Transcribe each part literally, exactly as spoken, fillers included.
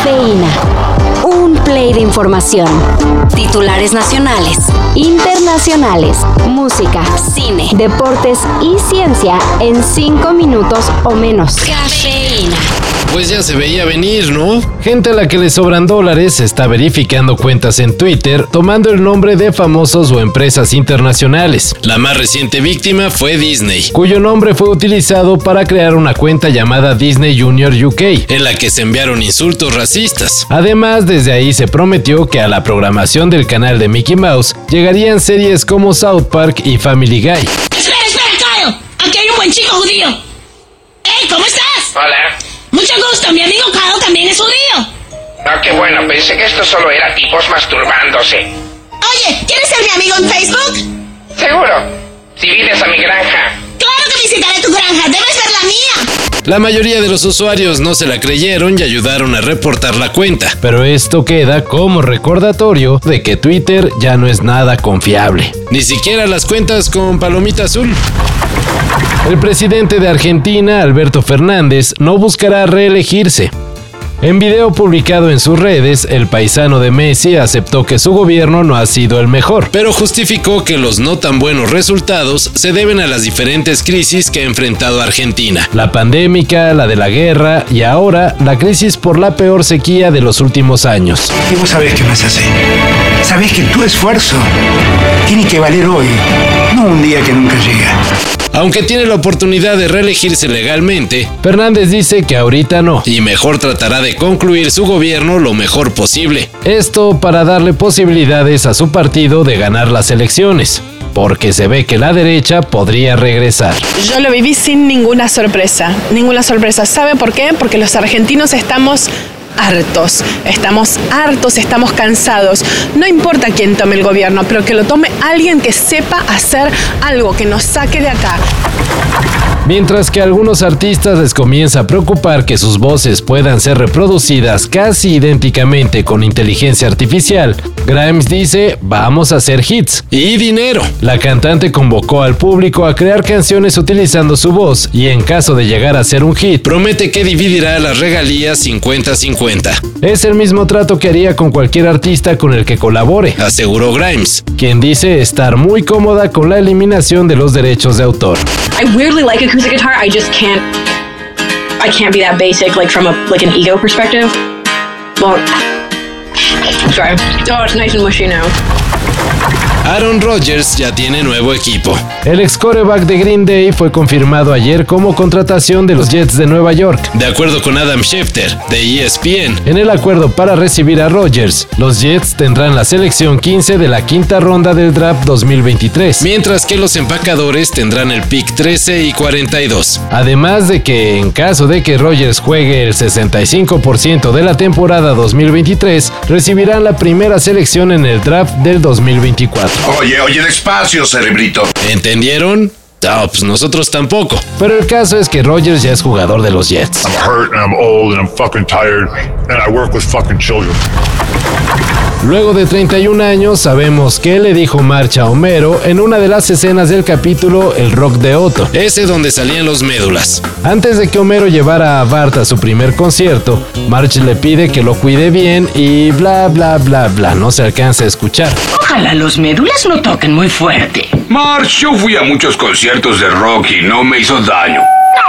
Cafeína. Un play de información. Titulares nacionales, internacionales, música, cine, deportes y ciencia en cinco minutos o menos. Cafeína. Pues ya se veía venir, ¿no? Gente a la que le sobran dólares está verificando cuentas en Twitter tomando el nombre de famosos o empresas internacionales. La más reciente víctima fue Disney, cuyo nombre fue utilizado para crear una cuenta llamada Disney Junior U K, en la que se enviaron insultos racistas. Además, desde ahí se prometió que a la programación del canal de Mickey Mouse llegarían series como South Park y Family Guy. Espera, espera, Kyle. Aquí hay un buen chico judío. ¡Hey, ¿cómo estás? Hola. Mucho gusto, mi amigo Kyle también es judío. Ah, qué bueno, pensé que esto solo era tipos masturbándose. Oye, ¿quieres ser mi amigo en Facebook? Seguro, si vienes a mi granja. Claro que visitaré tu granja, debes ver la mía. La mayoría de los usuarios no se la creyeron y ayudaron a reportar la cuenta, pero esto queda como recordatorio de que Twitter ya no es nada confiable. Ni siquiera las cuentas con palomita azul. El presidente de Argentina, Alberto Fernández, no buscará reelegirse. En video publicado en sus redes, el paisano de Messi aceptó que su gobierno no ha sido el mejor, pero justificó que los no tan buenos resultados se deben a las diferentes crisis que ha enfrentado Argentina: la pandémica, la de la guerra y ahora la crisis por la peor sequía de los últimos años. Y vos sabés que no es así. Sabés que tu esfuerzo tiene que valer hoy, no un día que nunca llega. Aunque tiene la oportunidad de reelegirse legalmente, Fernández dice que ahorita no, y mejor tratará de concluir su gobierno lo mejor posible. Esto para darle posibilidades a su partido de ganar las elecciones, porque se ve que la derecha podría regresar. Yo lo viví sin ninguna sorpresa, ninguna sorpresa. ¿Sabe por qué? Porque los argentinos estamos hartos, estamos hartos, estamos cansados. No importa quién tome el gobierno, pero que lo tome alguien que sepa hacer algo, que nos saque de acá. Mientras que a algunos artistas les comienza a preocupar que sus voces puedan ser reproducidas casi idénticamente con inteligencia artificial, Grimes dice: vamos a hacer hits y dinero. La cantante convocó al público a crear canciones utilizando su voz y en caso de llegar a ser un hit, promete que dividirá las regalías cincuenta cincuenta. Es el mismo trato que haría con cualquier artista con el que colabore, aseguró Grimes, quien dice estar muy cómoda con la eliminación de los derechos de autor. I weirdly like acoustic guitar. I just can't. I can't be that basic, like from a like an ego perspective. Well, sorry. Oh, it's nice and mushy now. Aaron Rodgers ya tiene nuevo equipo. El ex quarterback de Green Day fue confirmado ayer como contratación de los Jets de Nueva York, de acuerdo con Adam Schefter, de E S P N. En el acuerdo para recibir a Rodgers, los Jets tendrán la selección quince de la quinta ronda del draft dos mil veintitrés, mientras que los empacadores tendrán el pick trece y cuarenta y dos. Además de que, en caso de que Rodgers juegue el sesenta y cinco por ciento de la temporada dos mil veintitrés, recibirán la primera selección en el draft del dos mil veinticuatro. Oye, oye, despacio, cerebrito. ¿Entendieron? No, pues nosotros tampoco. Pero el caso es que Rodgers ya es jugador de los Jets. I'm hurt and I'm old and I'm fucking tired and I work with fucking children. Luego de treinta y un años, sabemos qué le dijo March a Homero en una de las escenas del capítulo El Rock de Otto, ese donde salían los médulas. Antes de que Homero llevara a Bart a su primer concierto, March le pide que lo cuide bien y bla bla bla bla, no se alcanza a escuchar. Ojalá los médulas no toquen muy fuerte. March, yo fui a muchos conciertos de rock y no me hizo daño.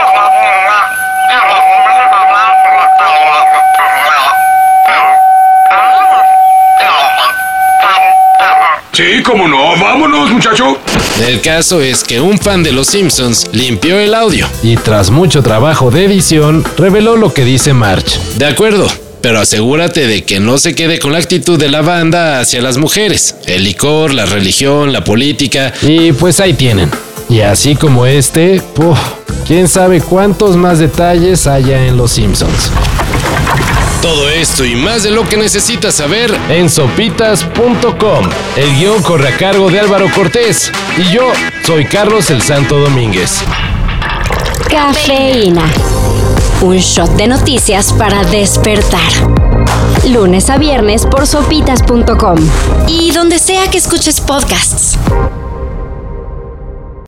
Sí, cómo no, vámonos, muchacho. El caso es que un fan de Los Simpsons limpió el audio y tras mucho trabajo de edición reveló lo que dice March. De acuerdo, pero asegúrate de que no se quede con la actitud de la banda hacia las mujeres, el licor, la religión, la política, y pues ahí tienen. Y así como este, ¡puf! Quién sabe cuántos más detalles haya en Los Simpsons. Todo esto y más de lo que necesitas saber en sopitas punto com. El guión corre a cargo de Álvaro Cortés y yo soy Carlos el Santo Domínguez. Cafeína. Un shot de noticias para despertar. Lunes a viernes por sopitas punto com y donde sea que escuches podcasts.